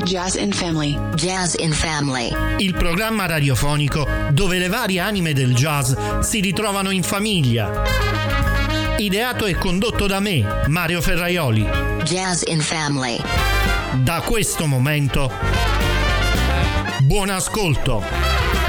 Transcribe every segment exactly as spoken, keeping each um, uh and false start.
Jazz in Family. Jazz in Family. Il programma radiofonico dove le varie anime del jazz si ritrovano in famiglia. Ideato e condotto da me, Mario Ferraioli. Jazz in Family. Da questo momento, buon ascolto.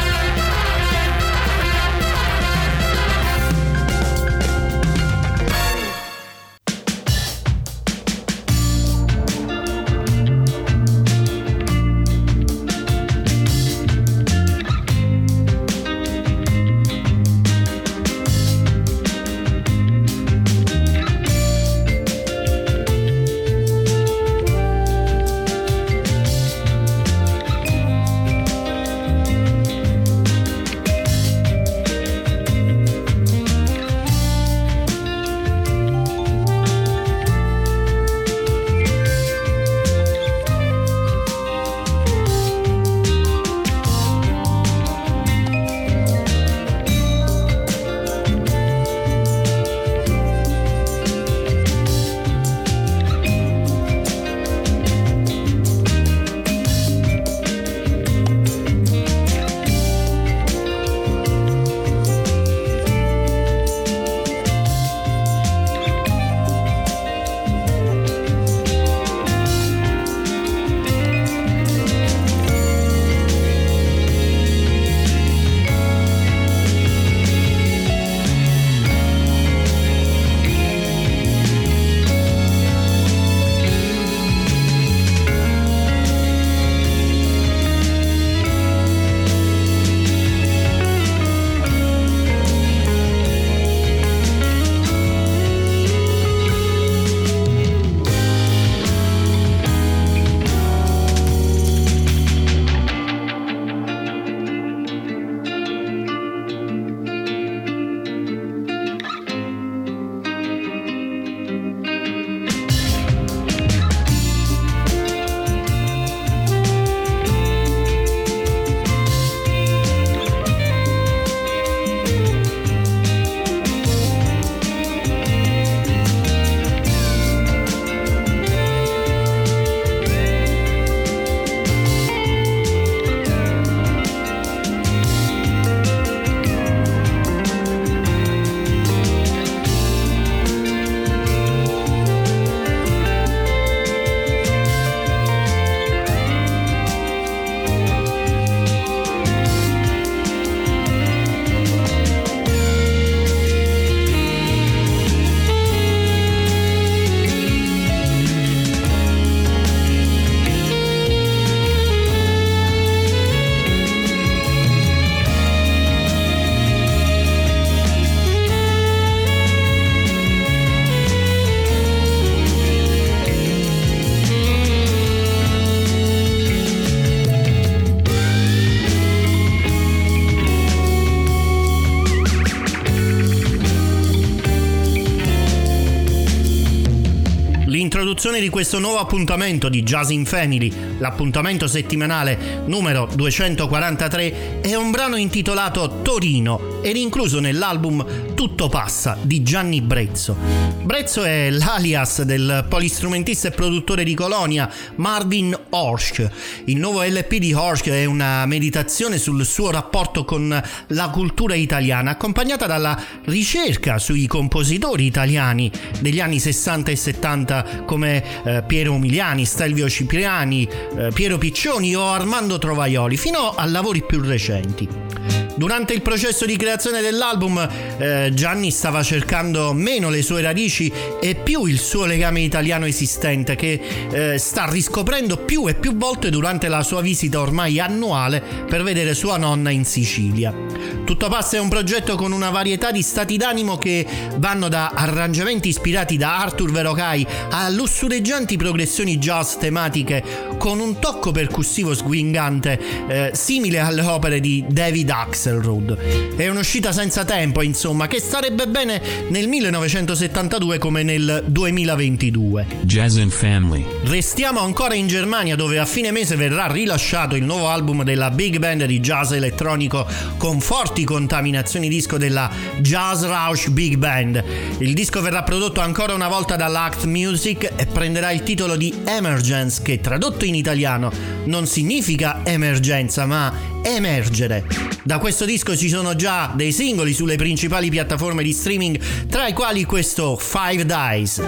L'introduzione di questo nuovo appuntamento di Jazz in Family, l'appuntamento settimanale numero duecentoquarantatré, è un brano intitolato Torino ed incluso nell'album Tutto passa di Gianni Brezzo. Brezzo è l'alias del polistrumentista e produttore di Colonia Marvin Horsch. Il nuovo L P di Horsch è una meditazione sul suo rapporto con la cultura italiana, accompagnata dalla ricerca sui compositori italiani degli anni sessanta e settanta come eh, Piero Umiliani, Stelvio Cipriani, eh, Piero Piccioni o Armando Trovaioli, fino a lavori più recenti. Durante il processo di creazione dell'album, eh, Gianni stava cercando meno le sue radici e più il suo legame italiano esistente, che eh, sta riscoprendo più e più volte durante la sua visita ormai annuale per vedere sua nonna in Sicilia. Tutto passa è un progetto con una varietà di stati d'animo che vanno da arrangiamenti ispirati da Arthur Verocai a lussureggianti progressioni jazz tematiche con un tocco percussivo swingante eh, simile alle opere di David Axel. Castle Road. È un'uscita senza tempo, insomma, che starebbe bene nel millenovecentosettantadue come nel duemilaventidue. Jazz in Family. Restiamo ancora in Germania, dove a fine mese verrà rilasciato il nuovo album della big band di jazz elettronico con forti contaminazioni disco della Jazz Rausch Big Band. Il disco verrà prodotto ancora una volta dalla Act Music e prenderà il titolo di Emergence, che tradotto in italiano non significa emergenza ma emergere. Da questo disco ci sono già dei singoli sulle principali piattaforme di streaming, tra i quali questo Five Dies.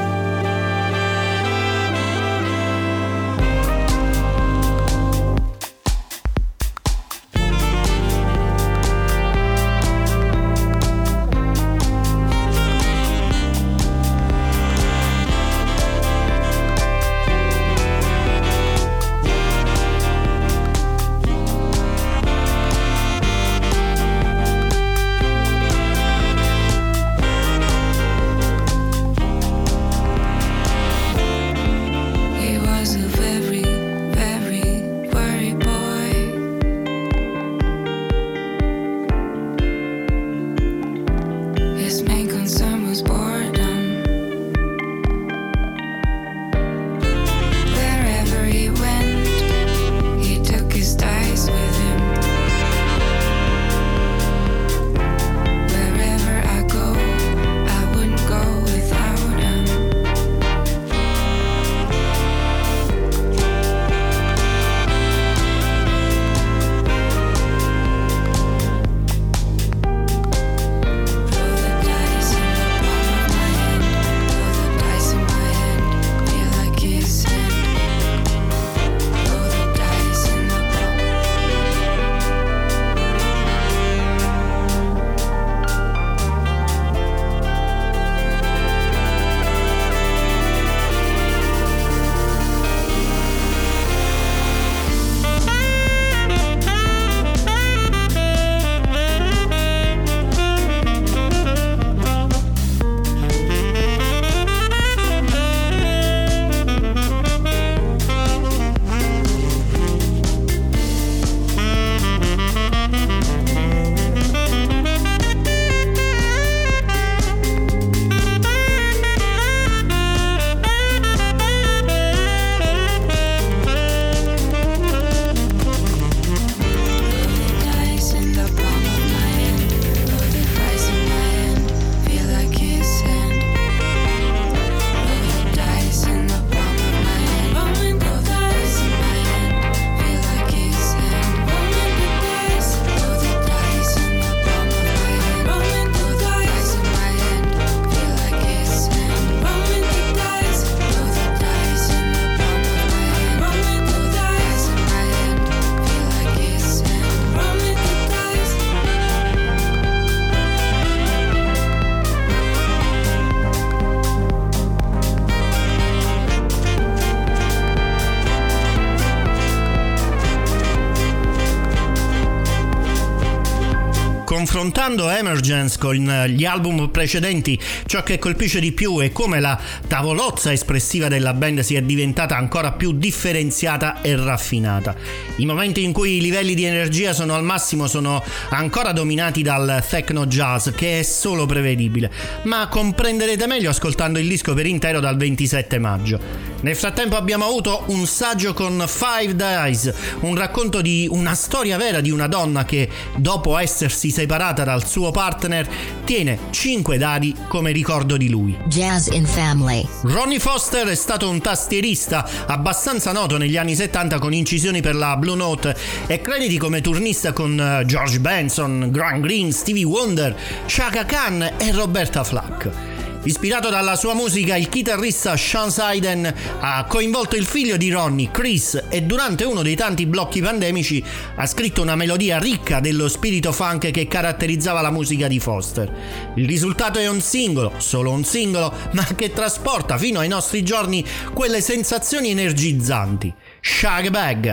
Confrontando Emergence con gli album precedenti, ciò che colpisce di più è come la tavolozza espressiva della band sia diventata ancora più differenziata e raffinata. I momenti in cui i livelli di energia sono al massimo sono ancora dominati dal techno jazz, che è solo prevedibile, ma comprenderete meglio ascoltando il disco per intero dal ventisette maggio. Nel frattempo abbiamo avuto un saggio con Five Dies, un racconto di una storia vera di una donna che, dopo essersi separata dal suo partner, tiene cinque dadi come ricordo di lui. Jazz in Family. Ronnie Foster è stato un tastierista abbastanza noto negli anni settanta con incisioni per la Blue Note e crediti come turnista con George Benson, Graham Greene, Stevie Wonder, Chaka Khan e Roberta Flack. Ispirato dalla sua musica, il chitarrista Sean Hayden ha coinvolto il figlio di Ronnie, Chris, e durante uno dei tanti blocchi pandemici ha scritto una melodia ricca dello spirito funk che caratterizzava la musica di Foster. Il risultato è un singolo, solo un singolo, ma che trasporta fino ai nostri giorni quelle sensazioni energizzanti. Shag Bag.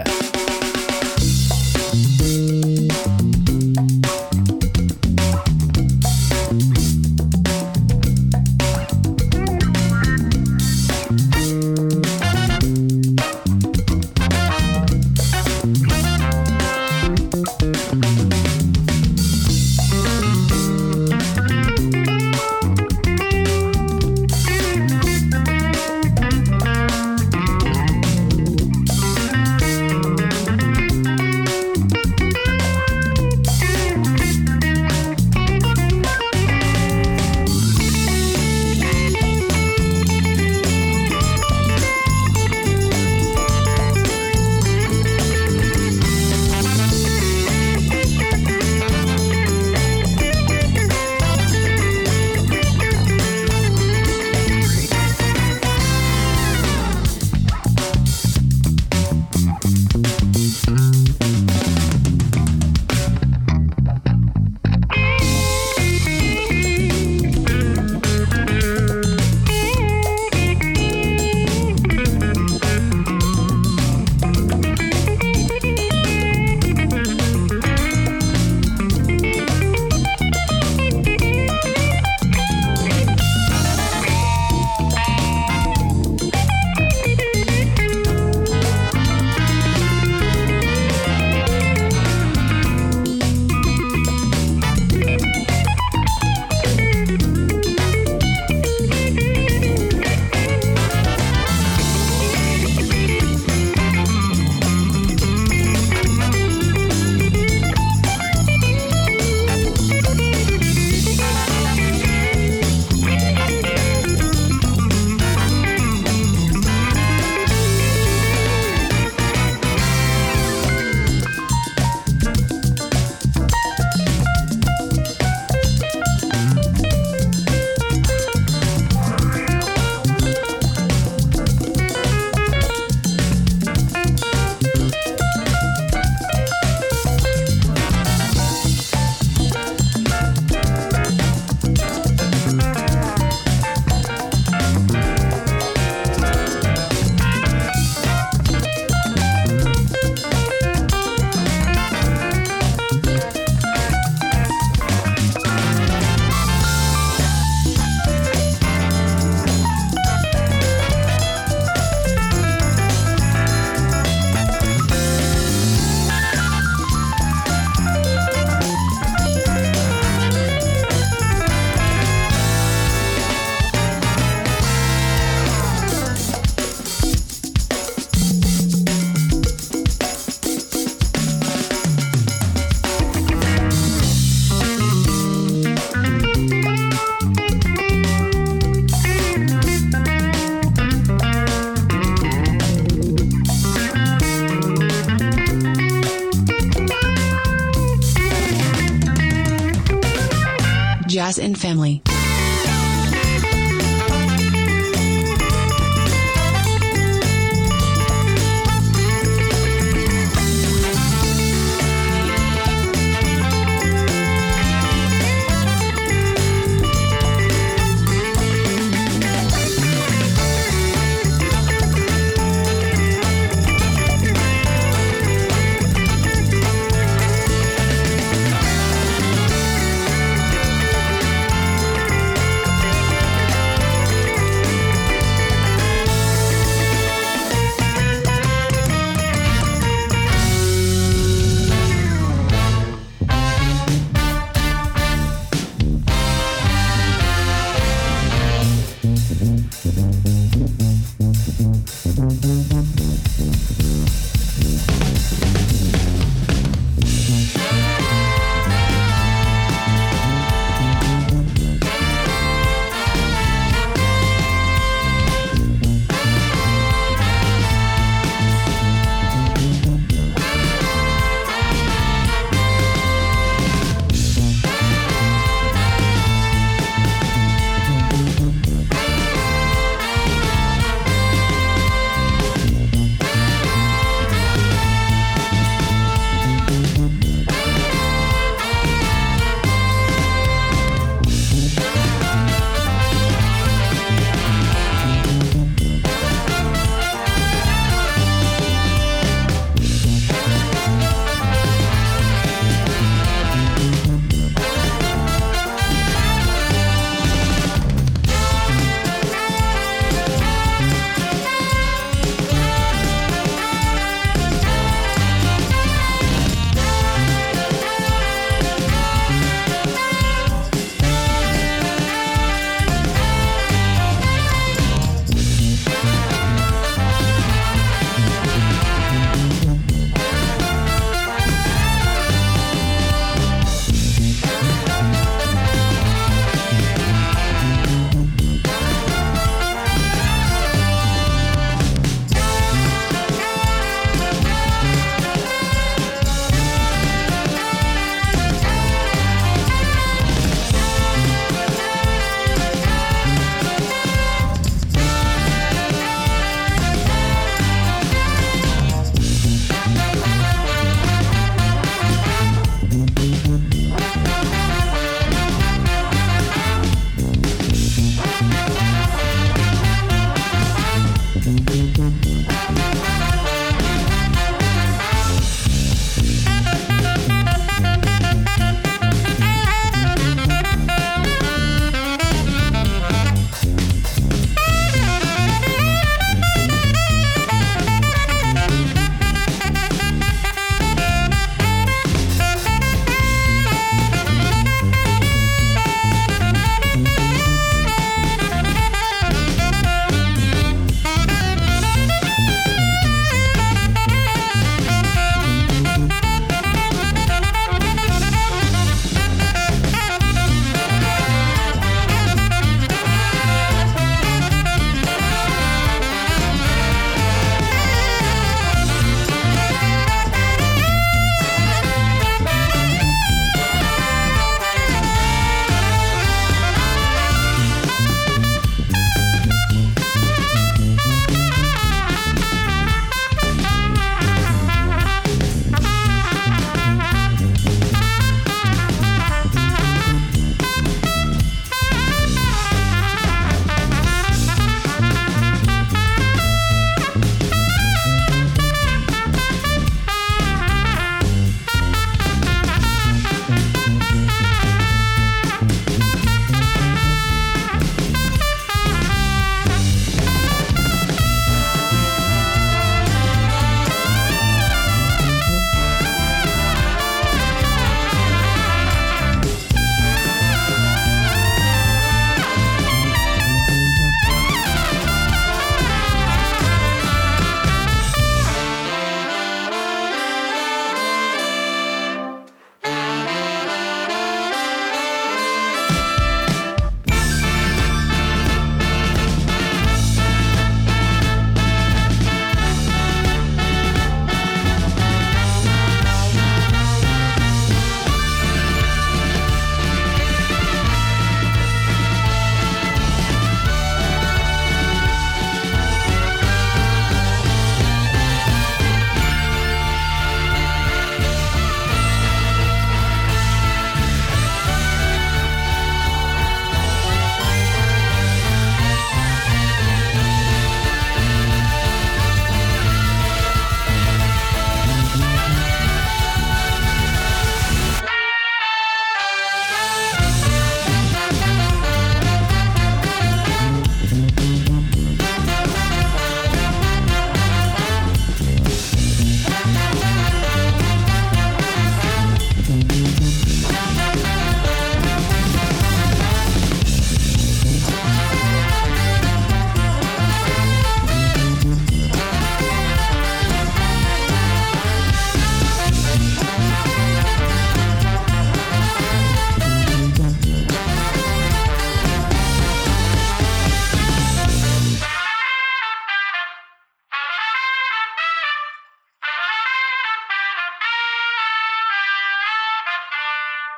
Jazz in Family.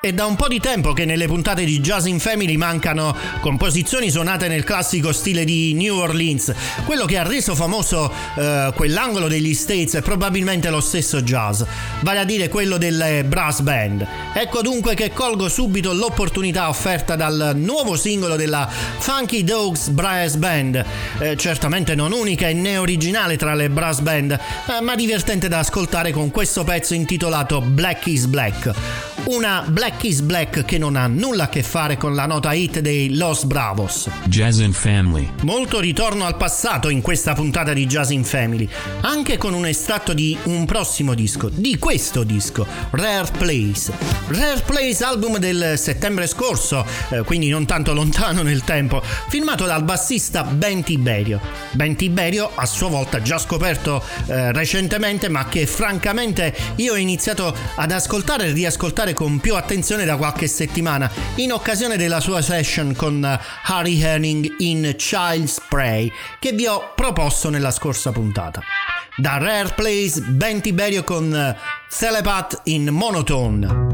È da un po' di tempo che nelle puntate di Jazz in Family mancano composizioni suonate nel classico stile di New Orleans. Quello che ha reso famoso eh, quell'angolo degli States è probabilmente lo stesso jazz, vale a dire quello delle brass band. Ecco dunque che colgo subito l'opportunità offerta dal nuovo singolo della Funky Dogs Brass Band, eh, certamente non unica e né originale tra le brass band, eh, ma divertente da ascoltare con questo pezzo intitolato Black is Black. Una Black is Black che non ha nulla a che fare con la nota hit dei Los Bravos. Jazz in Family. Molto ritorno al passato in questa puntata di Jazz in Family, anche con un estratto di un prossimo disco, di questo disco, Rare Place. Rare Place, album del settembre scorso, eh, quindi non tanto lontano nel tempo, firmato dal bassista Ben Tiberio. Ben Tiberio, a sua volta già scoperto eh, recentemente, ma che francamente io ho iniziato ad ascoltare e riascoltare con più attenzione da qualche settimana in occasione della sua session con Harry Henning in Child's Play che vi ho proposto nella scorsa puntata. Da Rare Place, Ben Tiberio con Telepath in Monotone.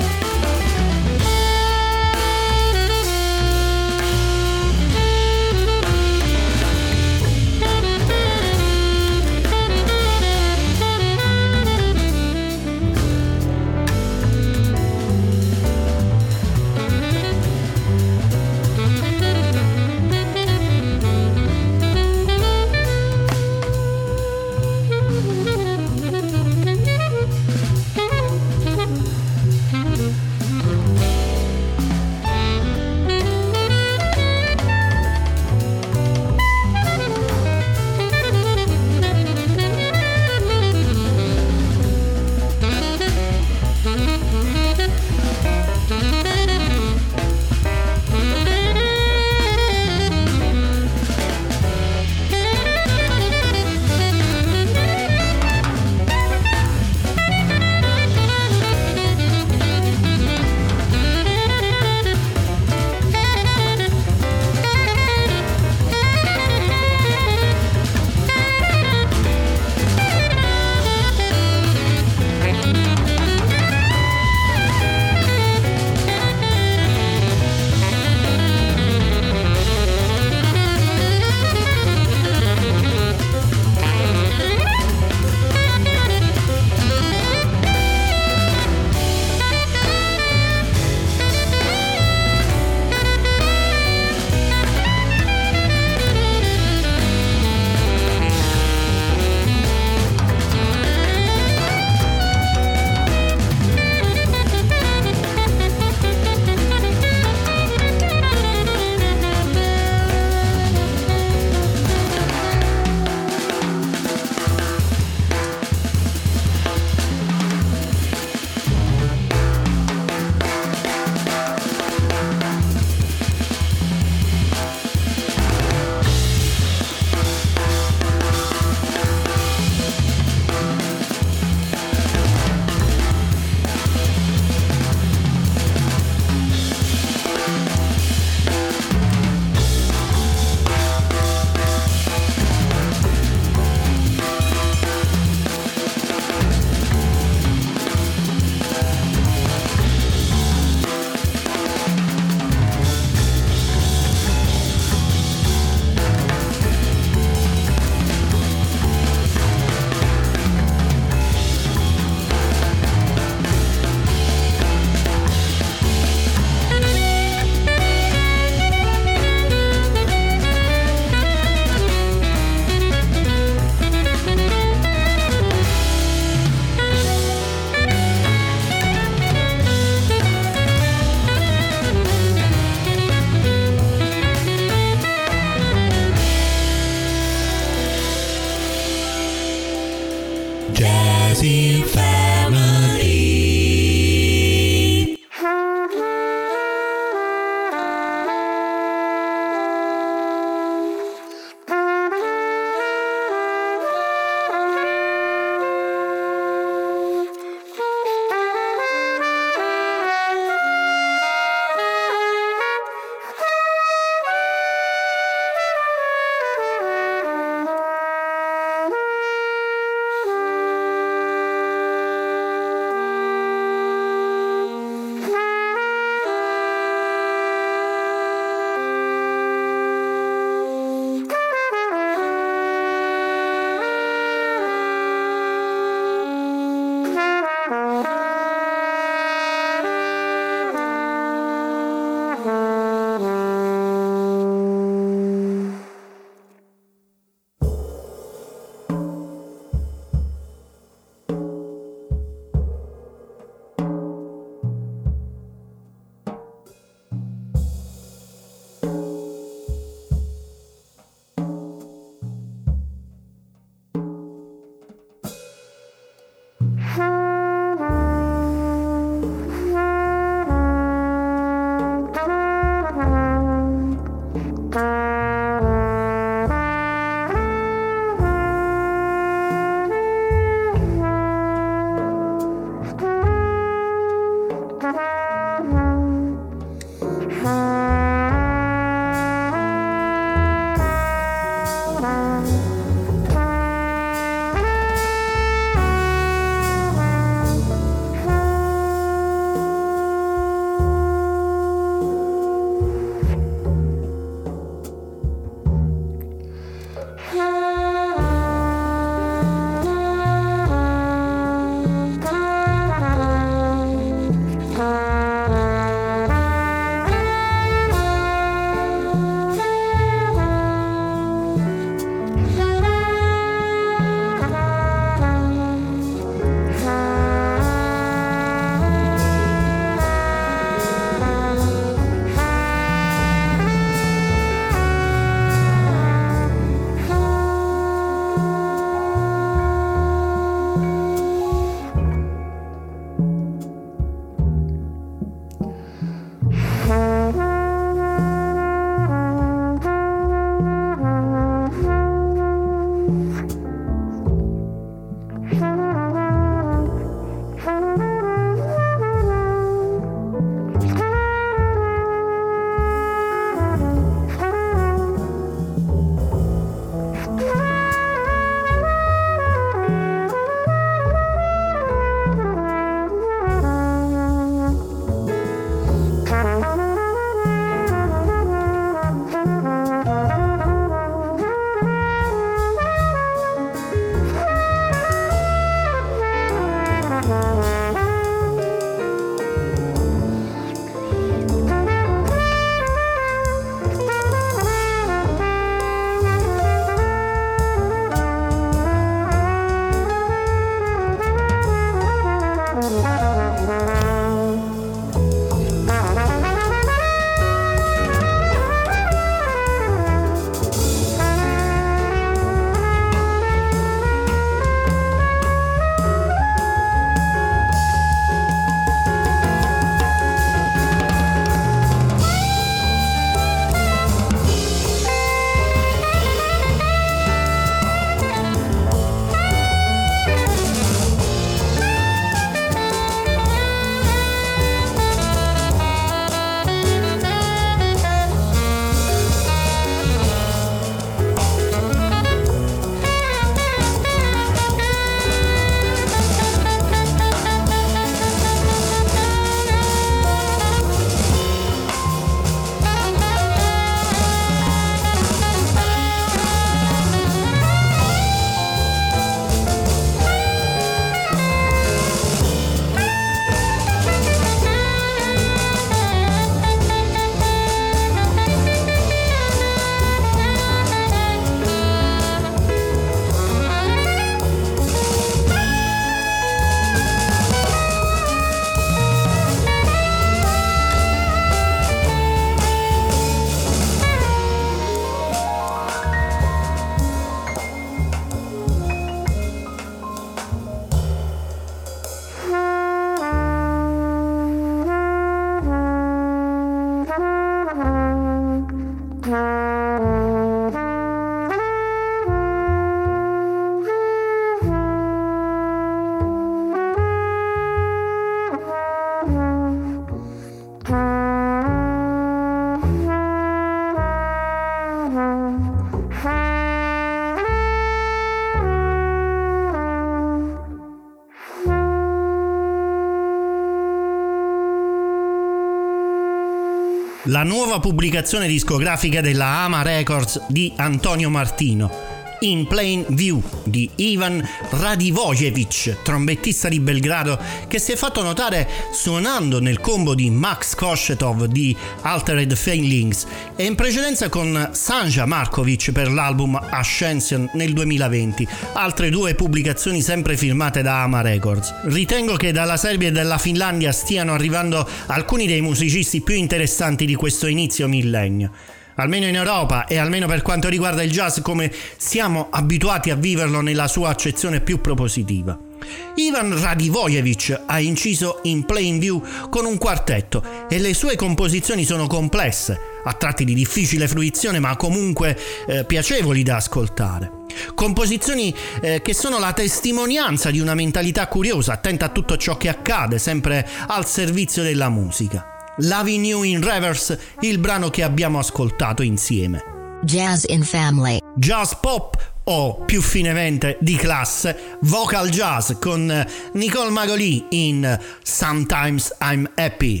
la nuova pubblicazione discografica della Ama Records di Antonio Martino, In Plain View di Ivan Radivojevic, trombettista di Belgrado che si è fatto notare suonando nel combo di Max Koshetov di Altered Feelings e in precedenza con Sanja Markovic per l'album Ascension nel duemilaventi, altre due pubblicazioni sempre firmate da Ama Records. Ritengo che dalla Serbia e dalla Finlandia stiano arrivando alcuni dei musicisti più interessanti di questo inizio millennio, almeno in Europa e almeno per quanto riguarda il jazz come siamo abituati a viverlo nella sua accezione più propositiva. Ivan Radivojevic ha inciso In Plain View con un quartetto e le sue composizioni sono complesse, a tratti di difficile fruizione ma comunque eh, piacevoli da ascoltare. Composizioni eh, che sono la testimonianza di una mentalità curiosa, attenta a tutto ciò che accade, sempre al servizio della musica. Loving You in Reverse, il brano che abbiamo ascoltato insieme. Jazz in Family. Jazz pop o più finemente di classe, vocal jazz con Nicole Magoli in Sometimes I'm Happy.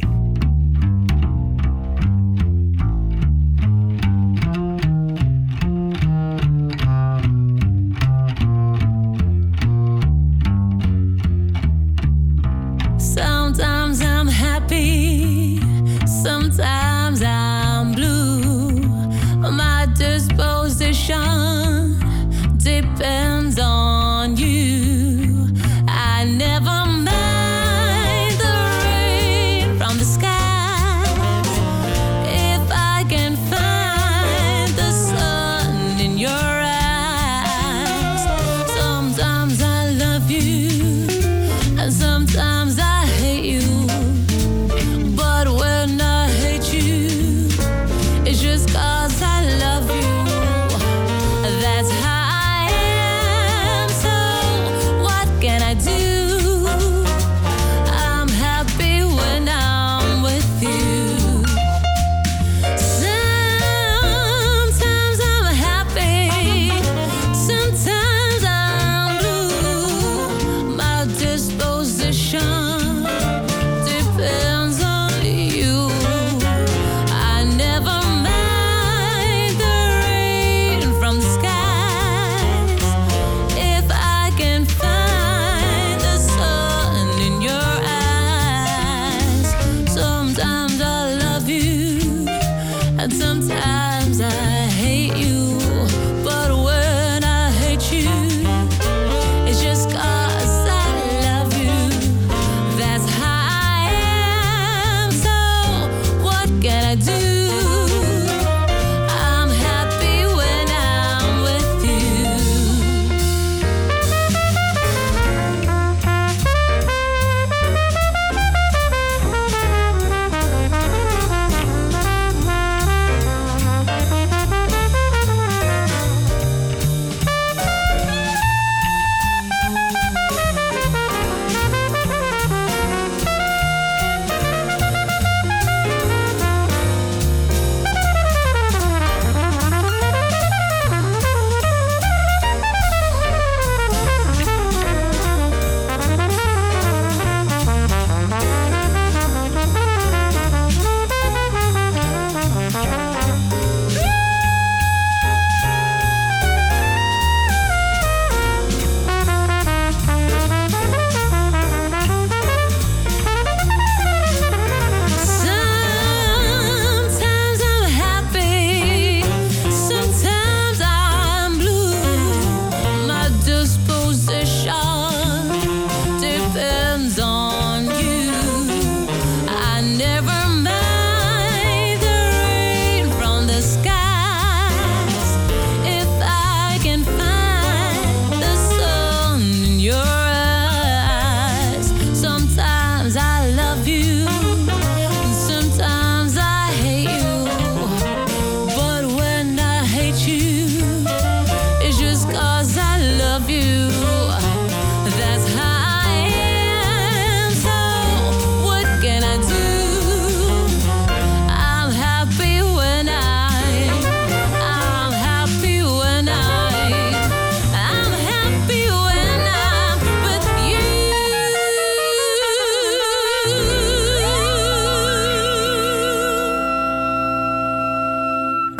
Sometimes I'm happy, sometimes I'm blue. My disposition depends on you. I never mind the rain from the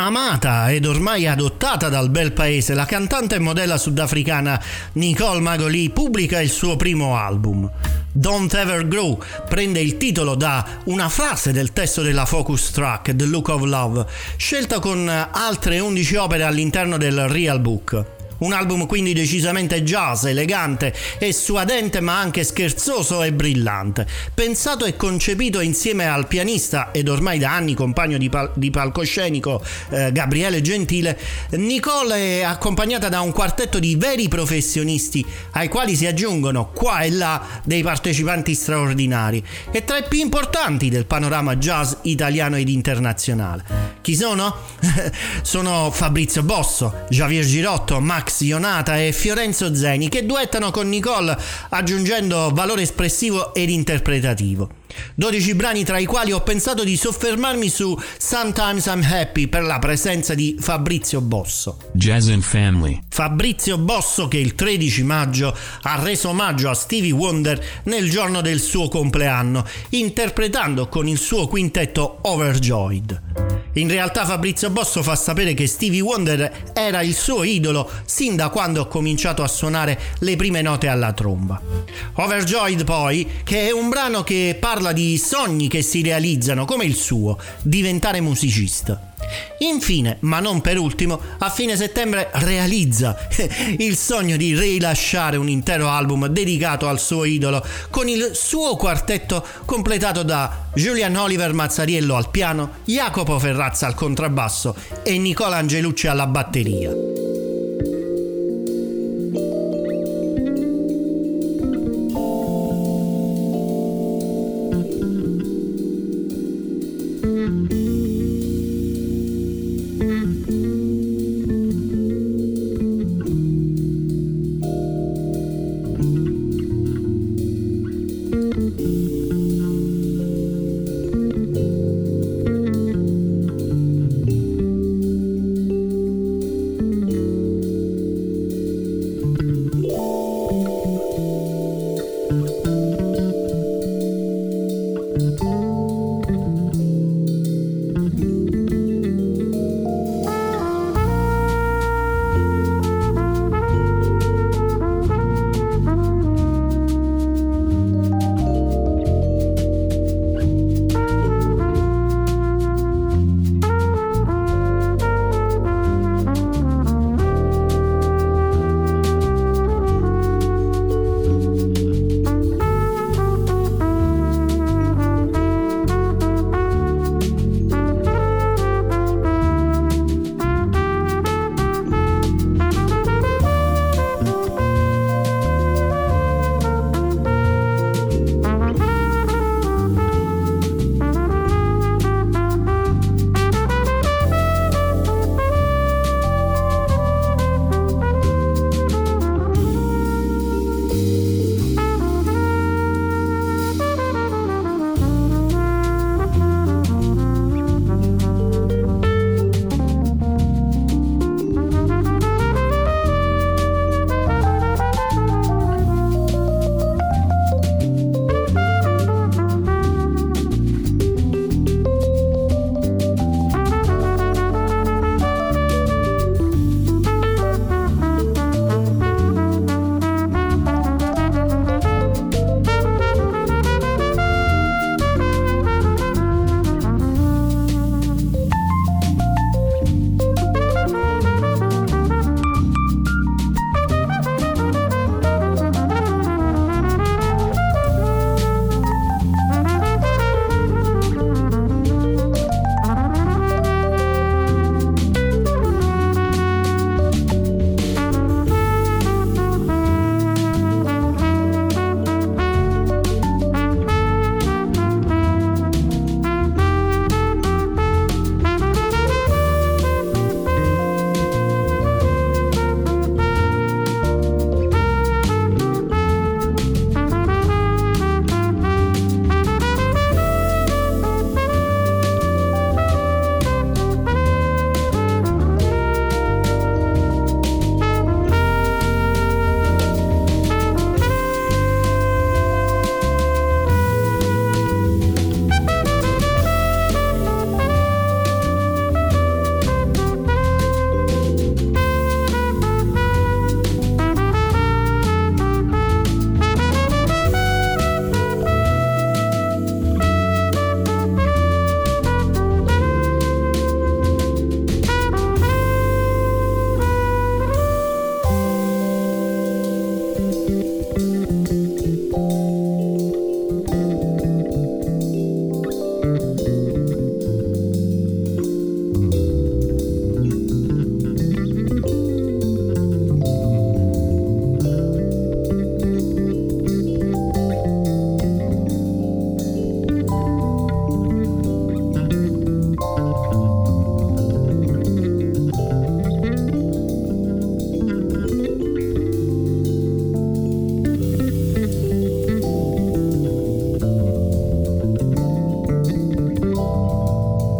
amata ed ormai adottata dal bel paese, la cantante e modella sudafricana Nicole Magolie pubblica il suo primo album. Don't Ever Grow prende il titolo da una frase del testo della focus track The Look of Love, scelta con altre undici opere all'interno del Real Book. Un album quindi decisamente jazz, elegante e suadente, ma anche scherzoso e brillante. Pensato e concepito insieme al pianista ed ormai da anni compagno di, pal- di palcoscenico eh, Gabriele Gentile, Nicole è accompagnata da un quartetto di veri professionisti ai quali si aggiungono qua e là dei partecipanti straordinari e tra i più importanti del panorama jazz italiano ed internazionale. Chi sono? Sono Fabrizio Bosso, Javier Girotto, Max Ionata e Fiorenzo Zeni, che duettano con Nicole aggiungendo valore espressivo ed interpretativo. dodici brani tra i quali ho pensato di soffermarmi su Sometimes I'm Happy per la presenza di Fabrizio Bosso. Jazz in Family. Fabrizio Bosso che il tredici maggio ha reso omaggio a Stevie Wonder nel giorno del suo compleanno, interpretando con il suo quintetto Overjoyed. In realtà Fabrizio Bosso fa sapere che Stevie Wonder era il suo idolo sin da quando ha cominciato a suonare le prime note alla tromba. Overjoyed poi, che è un brano che parla di sogni che si realizzano come il suo, diventare musicista. Infine, ma non per ultimo, a fine settembre realizza il sogno di rilasciare un intero album dedicato al suo idolo con il suo quartetto completato da Julian Oliver Mazzariello al piano, Jacopo Ferrazza al contrabbasso e Nicola Angelucci alla batteria.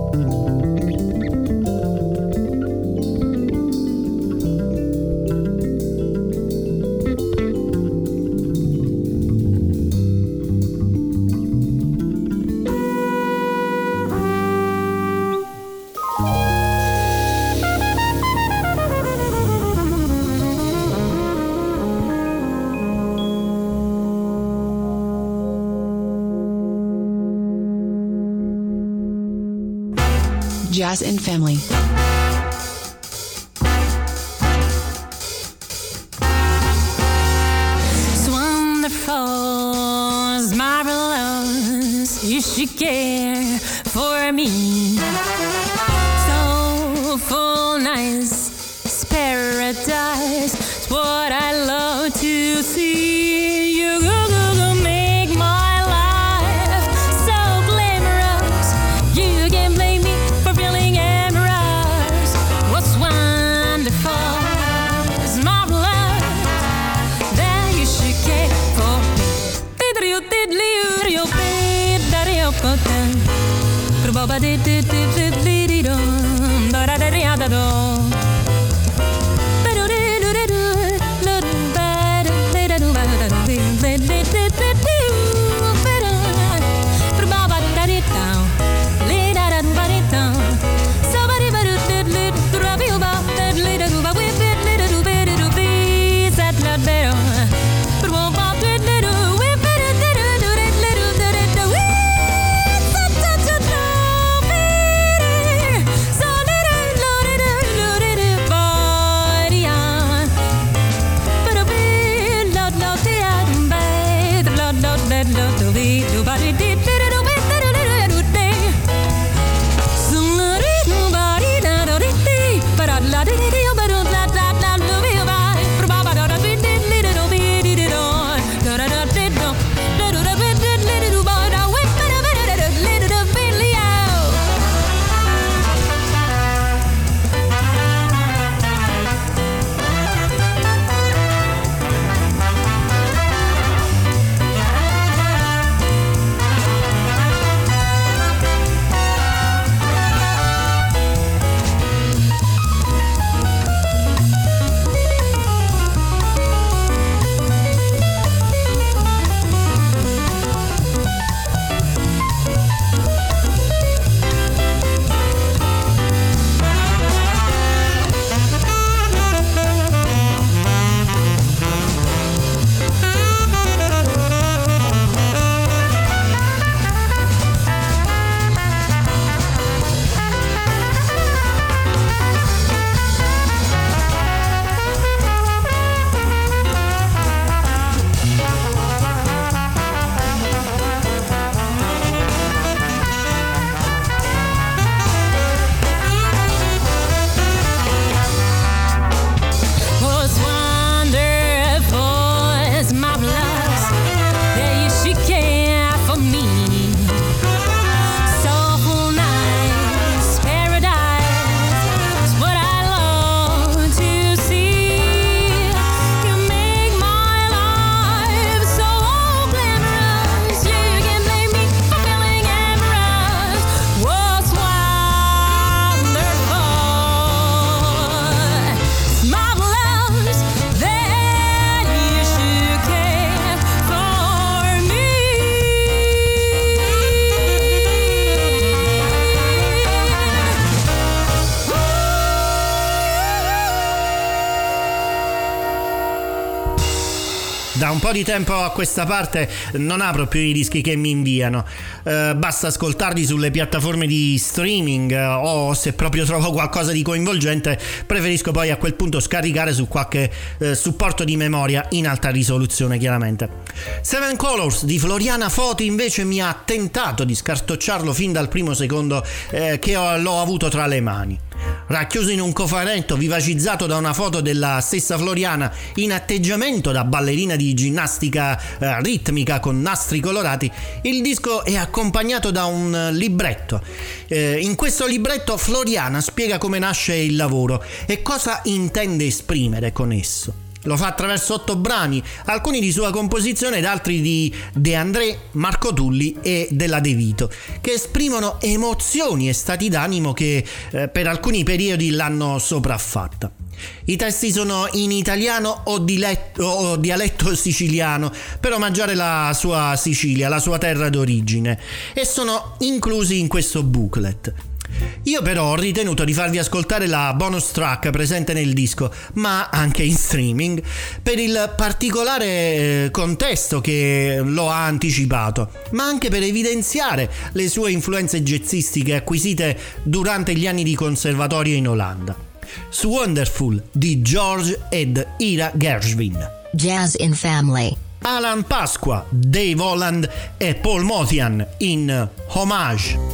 Jazz in Family. It's wonderful, it's marvelous. You should care for me. So full, nice, it's paradise. It's what I love to see. You go, go, go, make my life so glamorous. You can blame me for feeling amorous. What's wonderful is marvelous that you should care for me. Diddly diddly diddly diddly diddly diddly dum da da da da da da. Da un po' di tempo a questa parte non apro più i dischi che mi inviano, eh, basta ascoltarli sulle piattaforme di streaming, eh, o se proprio trovo qualcosa di coinvolgente preferisco poi a quel punto scaricare su qualche eh, supporto di memoria in alta risoluzione, chiaramente. Seven Colors di Floriana Foti invece mi ha tentato di scartocciarlo fin dal primo secondo eh, che ho, l'ho avuto tra le mani. Racchiuso in un cofanetto vivacizzato da una foto della stessa Floriana in atteggiamento da ballerina di ginnastica eh, ritmica con nastri colorati, il disco è accompagnato da un libretto. Eh, in questo libretto Floriana spiega come nasce il lavoro e cosa intende esprimere con esso. Lo fa attraverso otto brani, alcuni di sua composizione ed altri di De André, Marco Tulli e Della De Vito, che esprimono emozioni e stati d'animo che eh, per alcuni periodi l'hanno sopraffatta. I testi sono in italiano o, diletto, o dialetto siciliano per omaggiare la sua Sicilia, la sua terra d'origine, e sono inclusi in questo booklet. Io però ho ritenuto di farvi ascoltare la bonus track presente nel disco, ma anche in streaming, per il particolare contesto che lo ha anticipato, ma anche per evidenziare le sue influenze jazzistiche acquisite durante gli anni di conservatorio in Olanda. Su Wonderful di George ed Ira Gershwin. Jazz in Family. Alan Pasqua, Dave Holland e Paul Motian in Homage.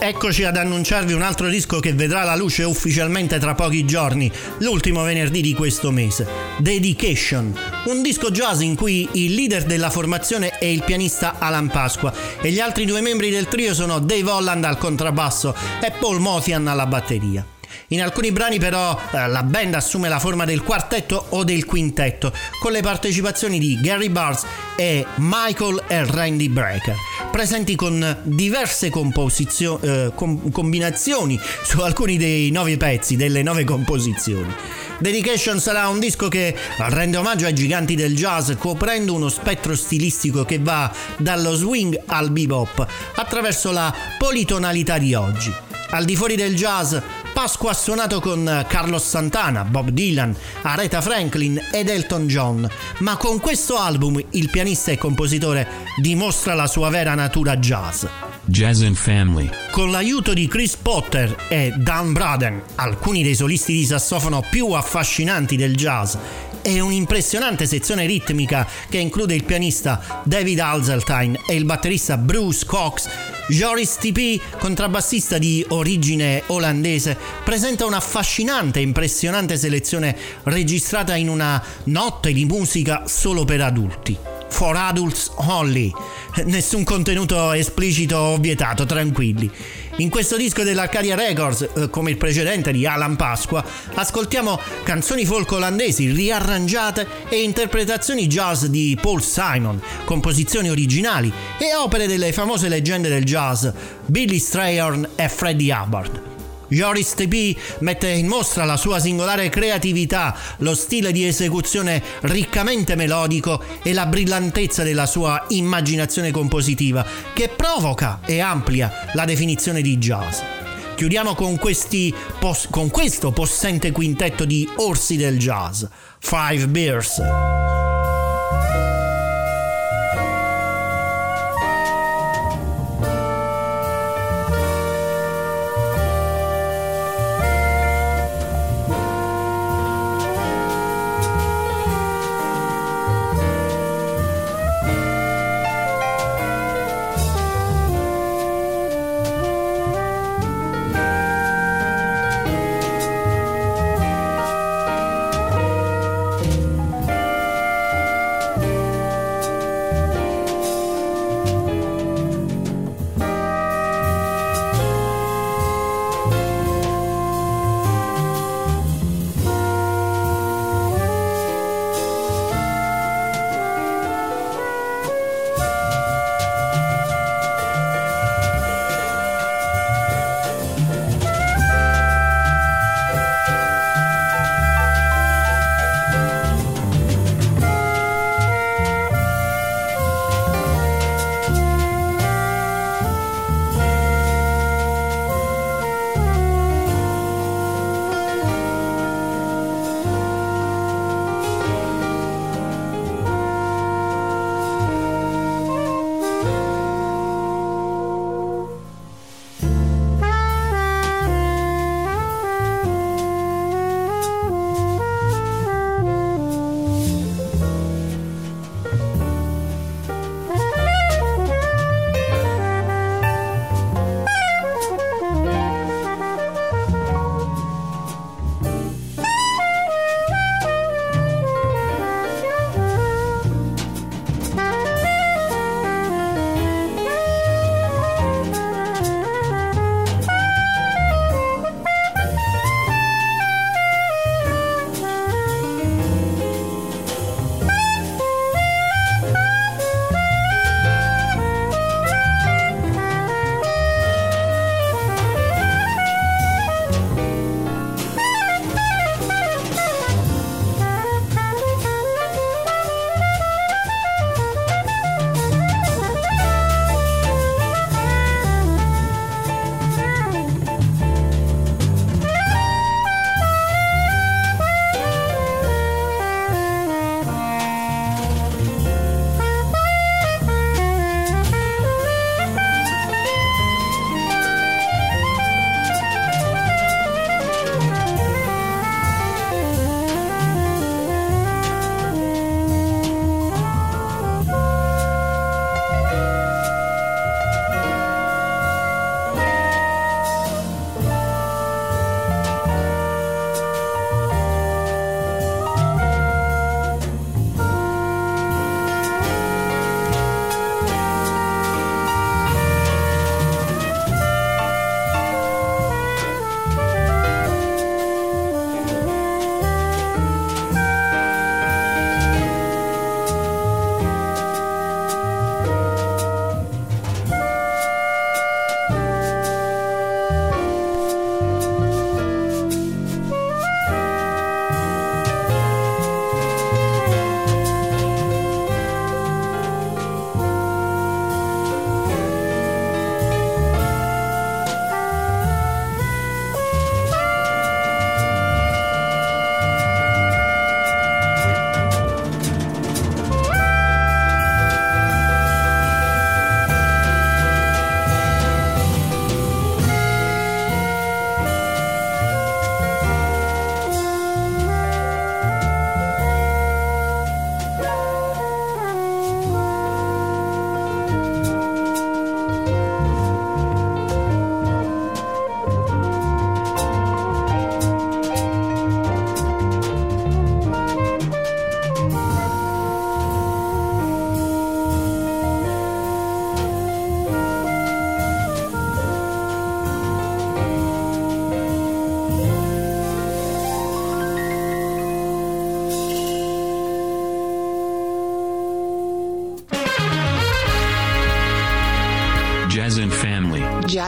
Eccoci ad annunciarvi un altro disco che vedrà la luce ufficialmente tra pochi giorni, l'ultimo venerdì di questo mese, Dedication, un disco jazz in cui il leader della formazione è il pianista Alan Pasqua e gli altri due membri del trio sono Dave Holland al contrabbasso e Paul Motian alla batteria. In alcuni brani però eh, la band assume la forma del quartetto o del quintetto, con le partecipazioni di Gary Bartz e Michael e Randy Brecker, presenti con diverse composizio- eh, com- combinazioni su alcuni dei nove pezzi, delle nove composizioni. Dedication sarà un disco che rende omaggio ai giganti del jazz, coprendo uno spettro stilistico che va dallo swing al bebop, attraverso la politonalità di oggi. Al di fuori del jazz, Pasqua ha suonato con Carlos Santana, Bob Dylan, Aretha Franklin ed Elton John, ma con questo album il pianista e compositore dimostra la sua vera natura jazz. Jazz in Family. Con l'aiuto di Chris Potter e Dan Braden, alcuni dei solisti di sassofono più affascinanti del jazz, e un'impressionante sezione ritmica che include il pianista David Hazeltine e il batterista Bruce Cox, Joris T P, contrabbassista di origine olandese, presenta un'affascinante e impressionante selezione registrata in una notte di musica solo per adulti. For Adults Only. Nessun contenuto esplicito vietato, tranquilli. In questo disco dell'Arcadia Records, eh, come il precedente di Alan Pasqua, ascoltiamo canzoni folk olandesi riarrangiate e interpretazioni jazz di Paul Simon, composizioni originali e opere delle famose leggende del jazz Billy Strayhorn e Freddie Hubbard. Joris T P mette in mostra la sua singolare creatività, lo stile di esecuzione riccamente melodico e la brillantezza della sua immaginazione compositiva che provoca e amplia la definizione di jazz. Chiudiamo con, questi pos- con questo possente quintetto di orsi del jazz, Five Bears.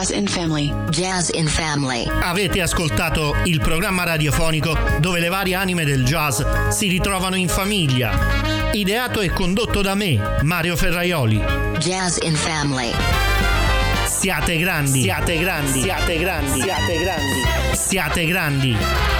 Jazz in Family. Jazz in Family. Avete ascoltato il programma radiofonico dove le varie anime del jazz si ritrovano in famiglia. Ideato e condotto da me, Mario Ferraioli. Jazz in Family. Siate grandi, siate grandi, siate grandi, siate grandi, siate grandi.